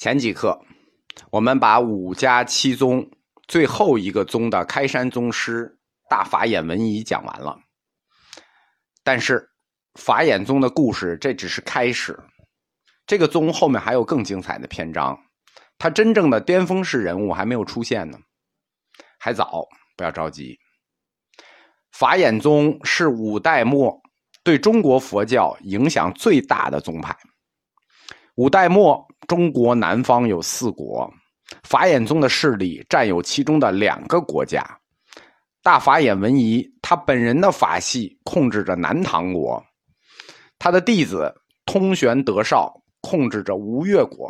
前几课我们把五家七宗最后一个宗的开山宗师大法眼文仪讲完了，但是法眼宗的故事这只是开始，这个宗后面还有更精彩的篇章，他真正的巅峰式人物还没有出现呢，还早，不要着急。法眼宗是五代末对中国佛教影响最大的宗派。五代末中国南方有4国，法眼宗的势力占有其中的2个国家。大法眼文仪他本人的法系控制着南唐国，他的弟子通玄德绍控制着吴越国。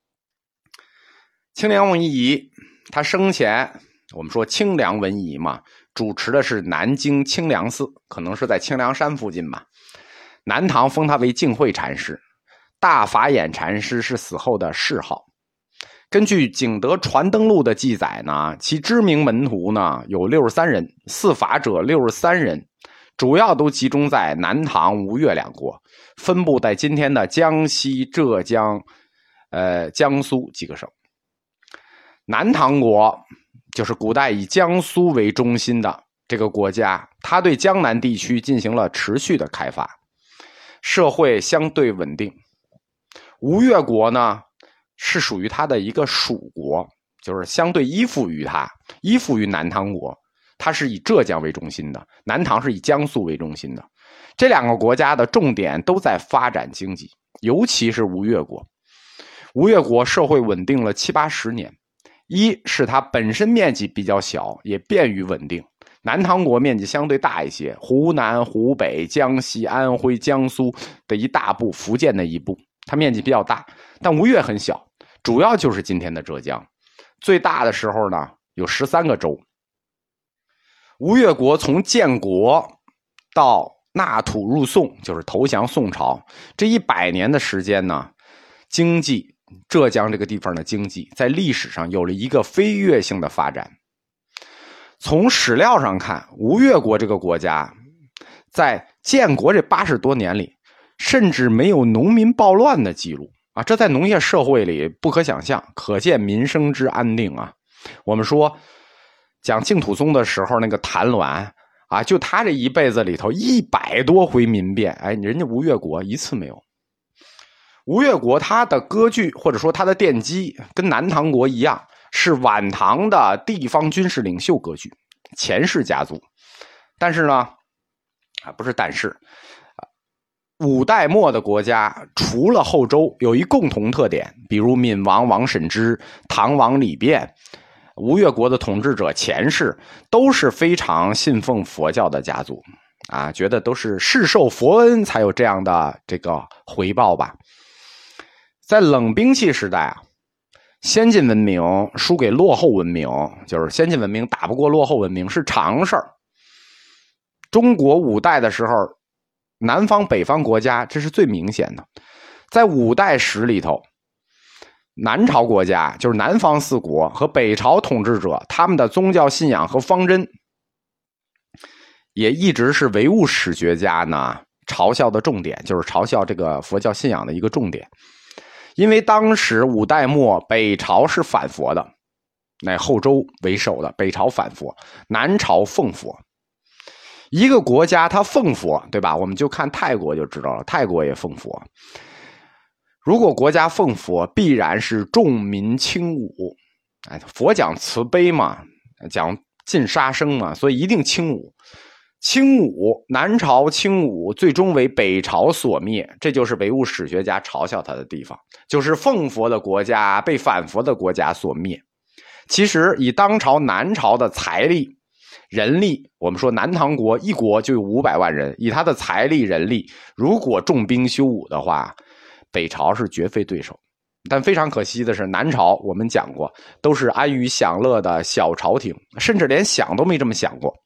清凉文仪他生前我们说清凉文仪嘛，主持的是南京清凉寺，可能是在清凉山附近吧。南唐封他为净慧禅师，大法眼禅师是死后的谥号。根据《景德传灯录》的记载呢，其知名门徒呢有63人，四法者63人，主要都集中在南唐、吴越2国，分布在今天的江西、浙江、江苏几个省。南唐国就是古代以江苏为中心的这个国家，它对江南地区进行了持续的开发，社会相对稳定。吴越国呢是属于它的一个属国，就是相对依附于它，依附于南唐国，它是以浙江为中心的，南唐是以江苏为中心的。这2个国家的重点都在发展经济，尤其是吴越国。吴越国社会稳定了70-80年，一是它本身面积比较小，也便于稳定。南唐国面积相对大一些，湖南、湖北、江西、安徽、江苏的一大部，福建的一部，它面积比较大。但吴越很小，主要就是今天的浙江。最大的时候呢，有13个州。吴越国从建国到纳土入宋，就是投降宋朝，这100年的时间呢，经济，浙江这个地方的经济在历史上有了一个飞跃性的发展。从史料上看，吴越国这个国家在建国这80多年里，甚至没有农民暴乱的记录啊，这在农业社会里不可想象，可见民生之安定啊。我们说讲净土宗的时候，那个谭鸾啊，就他这一辈子里头100多回民变，哎，人家吴越国一次没有。吴越国它的割据或者说它的奠基跟南唐国一样，是晚唐的地方军事领袖割据，钱氏家族。但是呢，不是但是，五代末的国家除了后周有一共同特点，比如闵王王审知、唐王李昪，吴越国的统治者钱氏都是非常信奉佛教的家族啊，觉得都是世受佛恩才有这样的这个回报吧。在冷兵器时代啊，先进文明输给落后文明，就是先进文明打不过落后文明是常事儿。中国五代的时候，南方北方国家这是最明显的。在五代史里头，南朝国家就是南方4国和北朝统治者，他们的宗教信仰和方针也一直是唯物史学家呢嘲笑的重点，就是嘲笑这个佛教信仰的一个重点。因为当时五代末北朝是反佛的，乃后周为首的北朝反佛，南朝奉佛。一个国家它奉佛，对吧？我们就看泰国就知道了，泰国也奉佛。如果国家奉佛，必然是重民轻武。哎，佛讲慈悲嘛，讲尽杀生嘛，所以一定轻武。轻武，南朝轻武最终为北朝所灭，这就是唯物史学家嘲笑他的地方，就是奉佛的国家被反佛的国家所灭。其实以当朝南朝的财力人力，我们说南唐国一国就有500万人，以他的财力人力，如果重兵修武的话，北朝是绝非对手。但非常可惜的是，南朝我们讲过都是安于享乐的小朝廷，甚至连想都没这么想过。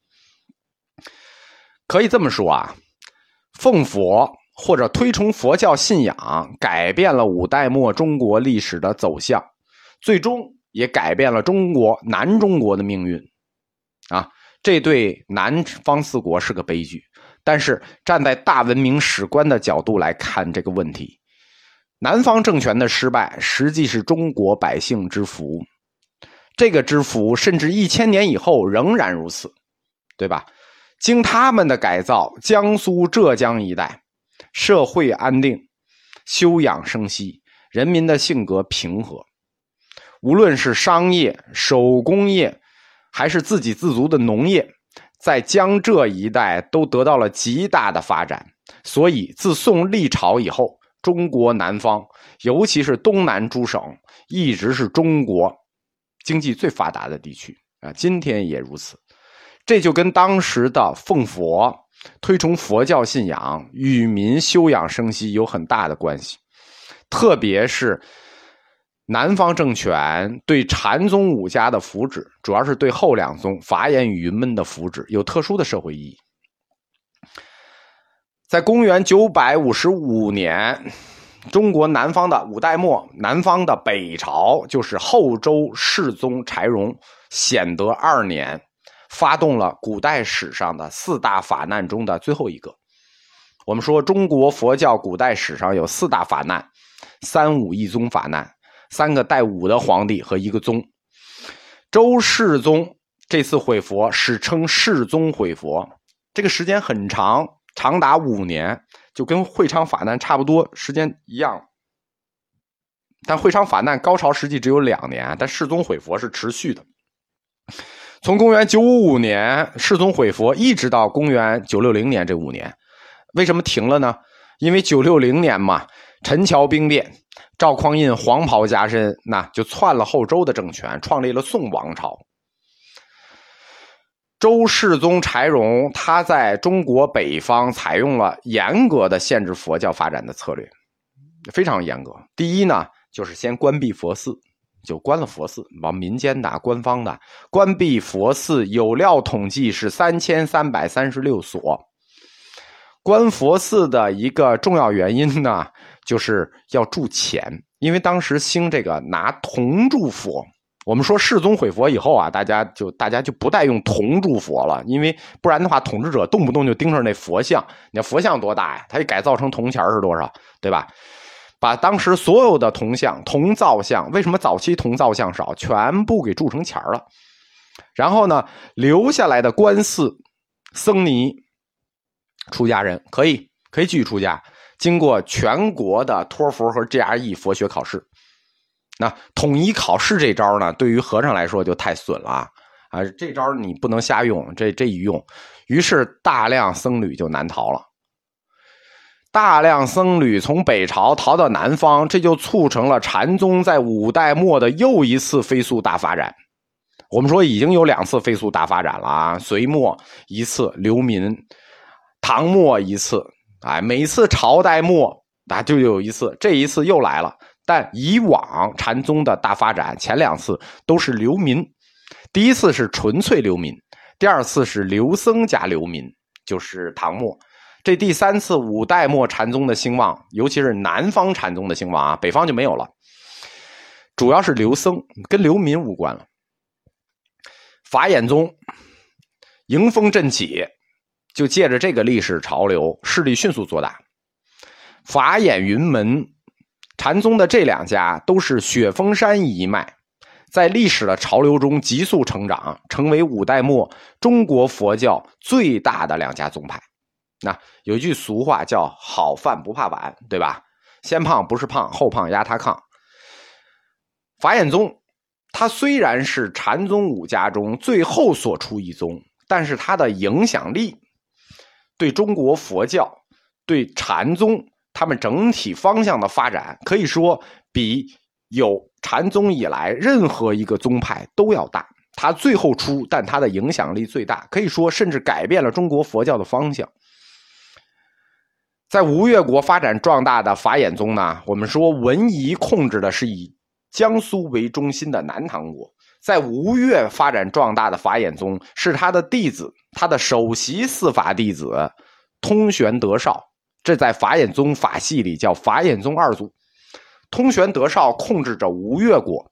可以这么说啊，奉佛或者推崇佛教信仰改变了五代末中国历史的走向，最终也改变了南中国的命运啊。这对南方4国是个悲剧，但是站在大文明史观的角度来看这个问题， 南方政权的失败实际是中国百姓之福，这个之福甚至1000年以后仍然如此，对吧？经他们的改造，江苏浙江一带社会安定，休养生息，人民的性格平和，无论是商业、手工业还是自给自足的农业，在江浙一带都得到了极大的发展。所以自宋历朝以后，中国南方尤其是东南诸省一直是中国经济最发达的地区啊，今天也如此。这就跟当时的奉佛、推崇佛教信仰、与民休养生息有很大的关系。特别是南方政权对禅宗五家的福祉，主要是对后两宗法眼与云门的福祉有特殊的社会意义。在公元955年，中国南方的5代末，南方的北朝，就是后周世宗柴荣显德2年，发动了古代史上的4大法难中的最后一个。我们说中国佛教古代史上有4大法难，3武一宗法难，3个带武的皇帝和1个宗。周世宗这次毁佛史称世宗毁佛，这个时间很长，长达5年，就跟会昌法难差不多时间一样。但会昌法难高潮实际只有2年，但世宗毁佛是持续的。从公元955年世宗毁佛一直到公元960年这5年，为什么停了呢？因为960年嘛，陈桥兵变，赵匡胤黄袍加身，那就篡了后周的政权，创立了宋王朝。周世宗柴荣他在中国北方采用了严格的限制佛教发展的策略，非常严格。第一呢，就是先关闭佛寺，就关了佛寺，往民间的、官方的关闭佛寺，有料统计是3336所。关佛寺的一个重要原因呢，就是要铸钱，因为当时兴这个拿铜铸佛。我们说世宗毁佛以后啊，大家就不再用铜铸佛了，因为不然的话，统治者动不动就盯上那佛像，你看佛像多大呀？它一改造成铜钱是多少，对吧？把当时所有的铜像、铜造像，为什么早期铜造像少，全部给铸成钱了。然后呢，留下来的官寺、僧尼、出家人可以继续出家，经过全国的托福和 GRE 佛学考试。那统一考试这招呢，对于和尚来说就太损了啊！这招你不能瞎用，这一用，于是大量僧侣就南逃了。大量僧侣从北朝逃到南方，这就促成了禅宗在5代末的又一次飞速大发展。我们说已经有2次飞速大发展了啊，隋末一次流民，唐末一次，每次朝代末就有一次，这一次又来了。但以往禅宗的大发展前2次都是流民，第一次是纯粹流民，第2次是流僧加流民，就是唐末。这第3次5代末禅宗的兴旺，尤其是南方禅宗的兴旺啊，北方就没有了，主要是流僧，跟流民无关了。法眼宗迎风振起，就借着这个历史潮流，势力迅速做大。法眼云门禅宗的这2家都是雪峰山一脉，在历史的潮流中急速成长，成为5代末中国佛教最大的2家宗派。那有一句俗话叫好饭不怕晚，对吧？先胖不是胖，后胖压他炕。法眼宗它虽然是禅宗5家中最后所出一宗，但是它的影响力对中国佛教、对禅宗他们整体方向的发展，可以说比有禅宗以来任何一个宗派都要大。它最后出，但它的影响力最大，可以说甚至改变了中国佛教的方向。在吴越国发展壮大的法眼宗呢，我们说文夷控制的是以江苏为中心的南唐国，在吴越发展壮大的法眼宗是他的弟子，他的首席司法弟子通玄德绍，这在法眼宗法系里叫法眼宗2祖。通玄德绍控制着吴越国。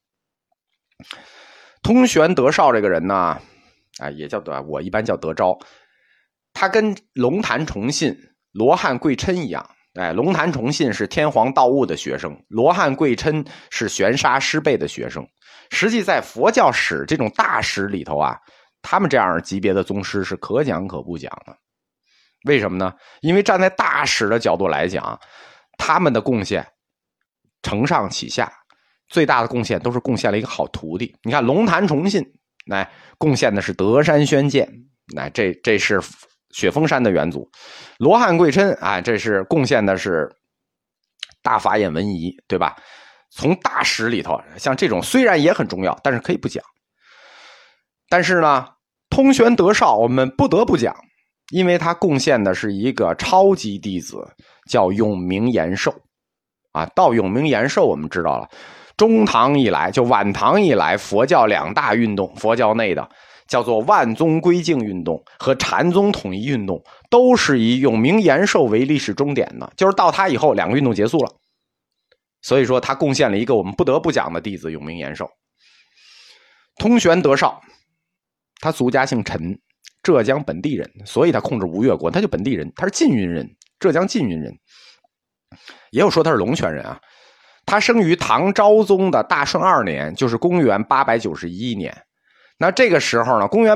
通玄德绍这个人呢，也叫我一般叫德昭，他跟龙潭崇信、罗汉贵琛一样， 龙潭崇信是天皇道悟的学生，罗汉贵琛是玄沙师辈的学生。实际在佛教史这种大史里头啊，他们这样级别的宗师是可讲可不讲的。为什么呢？因为站在大史的角度来讲，他们的贡献承上启下，最大的贡献都是贡献了一个好徒弟。你看龙潭崇信贡献的是德山宣鉴，这是雪峰山的元祖。罗汉贵琛这是贡献的是大法眼文仪，对吧？从大史里头，像这种虽然也很重要，但是可以不讲。但是呢，通玄德绍我们不得不讲，因为他贡献的是一个超级弟子，叫永明延寿到永明延寿我们知道了，中唐以来就晚唐以来，佛教两大运动，佛教内的叫做万宗归净运动和禅宗统一运动，都是以永明延寿为历史终点的，就是到他以后两个运动结束了。所以说他贡献了一个我们不得不讲的弟子永明延寿。通玄德绍他族家姓陈，浙江本地人，所以他控制吴越国，他就本地人，他是缙云人，浙江缙云人。也有说他是龙泉人他生于唐昭宗的大顺2年，就是公元891年。那这个时候呢，公元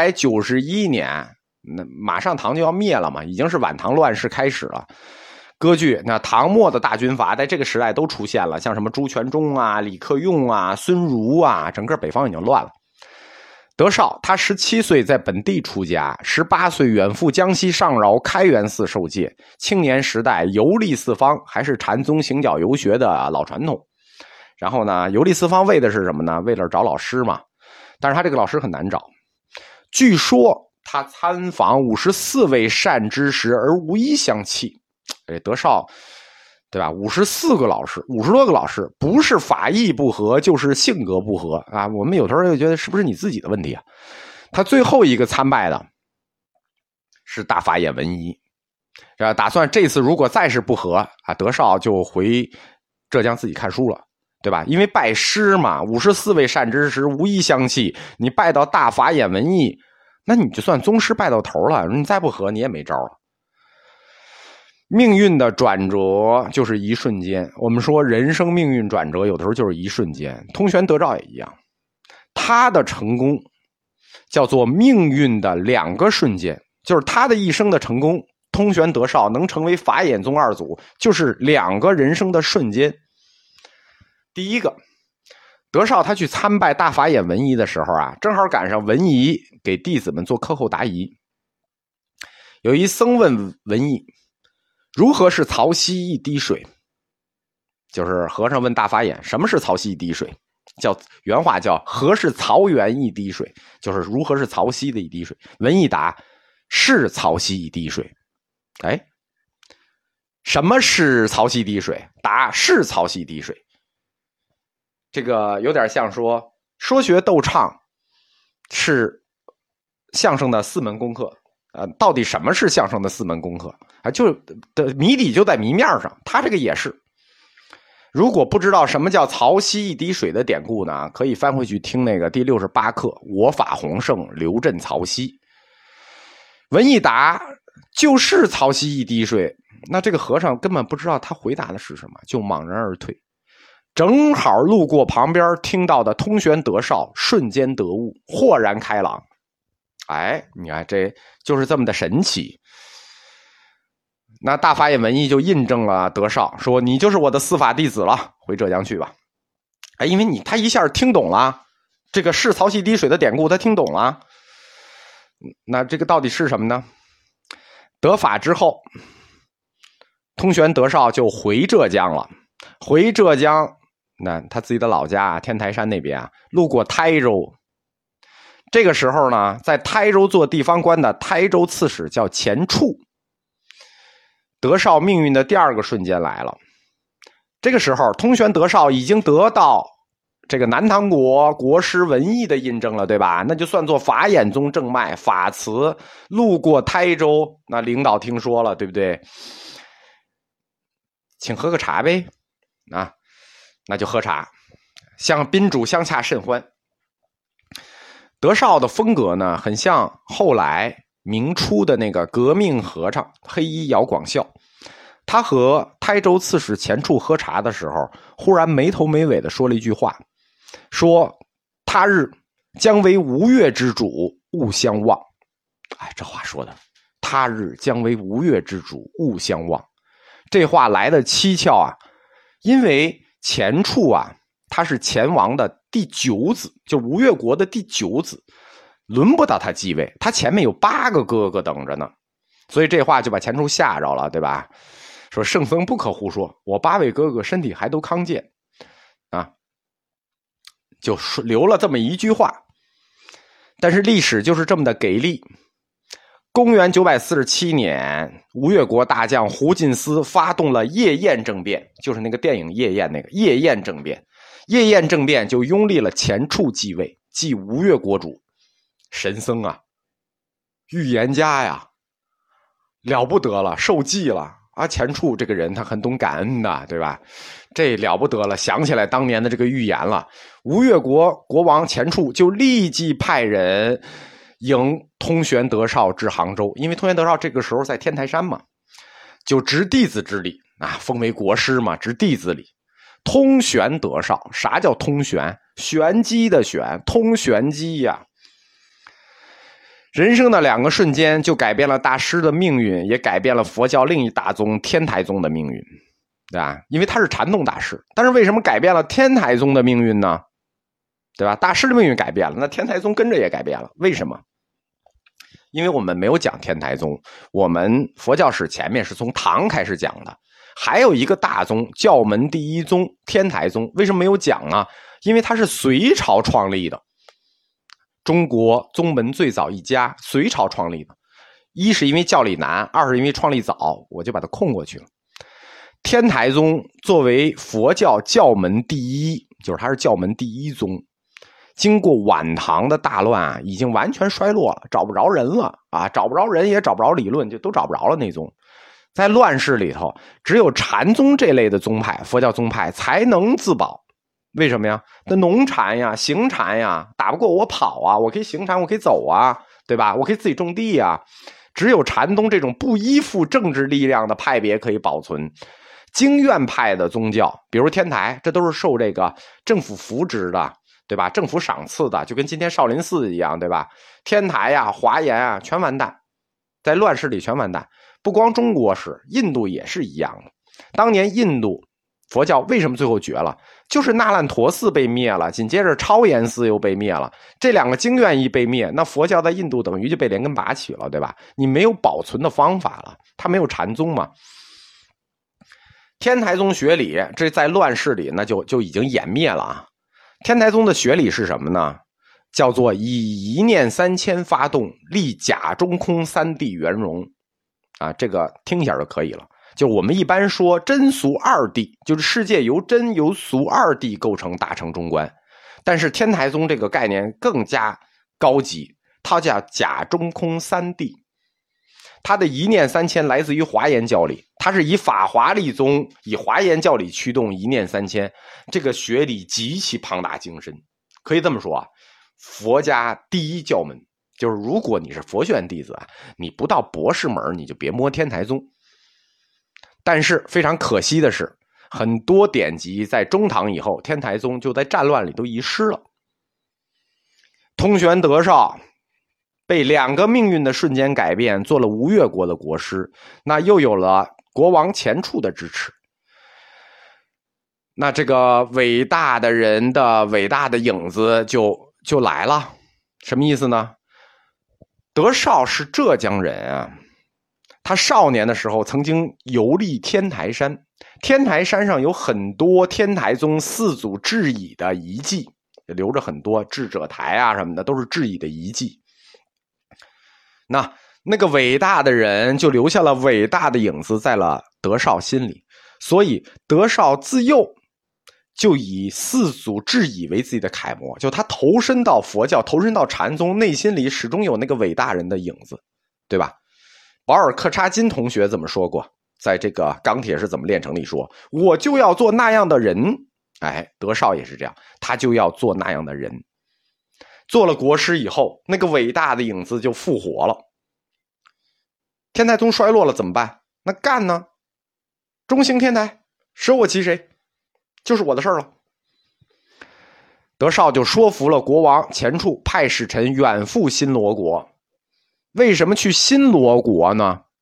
891年，那马上唐就要灭了嘛，已经是晚唐乱世开始了。割据，那唐末的大军阀在这个时代都出现了，像什么朱全忠李克用孙儒整个北方已经乱了。德绍他17岁在本地出家，18岁远赴江西上饶开元寺受戒，青年时代游历四方，还是禅宗行脚游学的老传统。然后呢，游历四方为的是什么呢？为了找老师嘛。但是他这个老师很难找，据说他参访54位善知识而无一相弃。德绍对吧，54个老师，50多个老师，不是法义不合就是性格不合我们有时候就觉得是不是你自己的问题他最后一个参拜的是大法眼文仪，打算这次如果再是不合德绍就回浙江自己看书了，对吧？因为拜师嘛，54位善知识无一相弃，你拜到大法眼文仪，那你就算宗师拜到头了，你再不合你也没招了。命运的转折就是一瞬间，我们说人生命运转折有的时候就是一瞬间，通玄德绍也一样，他的成功叫做命运的2个瞬间，就是他的一生的成功，通玄德绍能成为法眼宗2祖，就是2个人生的瞬间。第一个，德绍他去参拜大法眼文仪的时候正好赶上文仪给弟子们做课后答疑，有一僧问文仪如何是曹溪一滴水，就是和尚问大法眼什么是曹溪一滴水，原话叫何是曹源一滴水，就是如何是曹溪的一滴水。文仪答是曹溪一滴水。什么是曹溪滴水？答是曹溪滴水。这个有点像说学逗唱是相声的4门功课到底什么是相声的4门功课就谜底就在谜面上，他这个也是。如果不知道什么叫曹溪一滴水的典故呢，可以翻回去听那个第68课我法洪盛刘镇曹溪。文仪答就是曹溪一滴水，那这个和尚根本不知道他回答的是什么，就茫然而退。正好路过旁边听到的通玄德绍瞬间得悟，豁然开朗。你看这就是这么的神奇。那大法眼文仪就印证了德绍，说你就是我的司法弟子了，回浙江去吧。因为他一下听懂了这个是曹溪滴水的典故，他听懂了。那这个到底是什么呢？得法之后，通玄德绍就回浙江了。回浙江，那他自己的老家天台山那边路过台州。这个时候呢，在台州做地方官的台州刺史叫钱俶。德绍命运的第2个瞬间来了。这个时候通玄德绍已经得到这个南唐国国师文义的印证了，对吧？那就算作法眼宗正脉，法慈路过台州，那领导听说了，对不对？请喝个茶呗那就喝茶，向宾主相洽甚欢。德绍的风格呢，很像后来明初的那个革命和尚黑衣姚广孝， 他和台州刺史钱俶喝茶的时候，忽然没头没尾的说了一句话，说他日将为吴越之主，勿相忘。哎，这话说的，他日将为吴越之主，勿相忘。这话来的蹊跷啊，因为钱俶啊，他是钱王的第9子，就吴越国的第9子，轮不到他继位，他前面有8个哥哥等着呢，所以这话就把钱俶吓着了，对吧？说圣僧不可胡说，我8位哥哥身体还都康健啊，就留了这么一句话。但是历史就是这么的给力。公元947年，吴越国大将胡进思发动了夜宴政变，就是那个电影夜宴那个夜宴政变。夜宴政变就拥立了钱俶继位，继吴越国主。神僧啊，预言家呀，了不得了，受记了啊！钱俶这个人他很懂感恩的，对吧？这了不得了，想起来当年的这个预言了。吴越国国王钱俶就立即派人迎通玄德绍至杭州，因为通玄德绍这个时候在天台山嘛，就执弟子之礼啊，封为国师嘛，执弟子礼。通玄德绍，啥叫通玄？玄机的玄，通玄机呀。人生的2个瞬间就改变了大师的命运，也改变了佛教另一大宗天台宗的命运，对吧？因为他是禅宗大师，但是为什么改变了天台宗的命运呢？对吧？大师的命运改变了，那天台宗跟着也改变了，为什么？因为我们没有讲天台宗，我们佛教史前面是从唐开始讲的，还有一个大宗教门第一宗天台宗，为什么没有讲呢？因为它是隋朝创立的，中国宗门最早一家，隋朝创立的。一是因为教理难，二是因为创立早，我就把它空过去了。天台宗作为佛教教门第一，就是它是教门第一宗，经过晚唐的大乱啊，已经完全衰落了，找不着人了啊，找不着人也找不着理论，就都找不着了那宗。在乱世里头，只有禅宗这类的宗派，佛教宗派才能自保。为什么呀？那农禅呀，行禅呀，打不过我跑啊，我可以行禅，我可以走啊，对吧？我可以自己种地啊。只有禅宗这种不依附政治力量的派别可以保存。经院派的宗教，比如天台，这都是受这个政府扶植的，对吧？政府赏赐的，就跟今天少林寺一样，对吧？天台呀、华严啊，全完蛋，在乱世里全完蛋。不光中国是，印度也是一样的。当年印度佛教为什么最后绝了？就是那烂陀寺被灭了，紧接着超颜寺又被灭了，这2个经院一被灭，那佛教在印度等于就被连根拔起了，对吧？你没有保存的方法了，它没有禅宗嘛。天台宗学理，这在乱世里那就已经湮灭了啊。天台宗的学理是什么呢？叫做以一念3000发动，立假中空3谛圆融啊，这个听一下就可以了。就我们一般说真俗2谛，就是世界由真由俗2谛构成，大乘中观。但是天台宗这个概念更加高级，它叫假中空3谛。它的一念3000来自于华严教理，它是以法华立宗，以华严教理驱动一念3000，这个学理极其庞大精深。可以这么说啊，佛家第一教门，就是如果你是佛学院弟子啊，你不到博士门你就别摸天台宗。但是非常可惜的是，很多典籍在中唐以后，天台宗就在战乱里都遗失了。通玄德绍被2个命运的瞬间改变，做了吴越国的国师，那又有了国王钱俶的支持，那这个伟大的人的伟大的影子就来了。什么意思呢？德绍是浙江人啊，他少年的时候曾经游历天台山，天台山上有很多天台宗4祖智已的遗迹，留着很多智者台啊什么的，都是智已的遗迹。那个伟大的人就留下了伟大的影子在了德绍心里，所以德绍自幼就以4祖智已为自己的楷模，就他投身到佛教，投身到禅宗，内心里始终有那个伟大人的影子，对吧？保尔柯察金同学怎么说过？在这个《钢铁是怎么炼成》里说，我就要做那样的人。哎，德绍也是这样，他就要做那样的人。做了国师以后，那个伟大的影子就复活了。天台宗衰落了怎么办？那干呢？ 中兴天台，舍我其谁，就是我的事儿了。德绍就说服了国王钱俶，派使臣远赴新罗国。为什么去新罗国呢？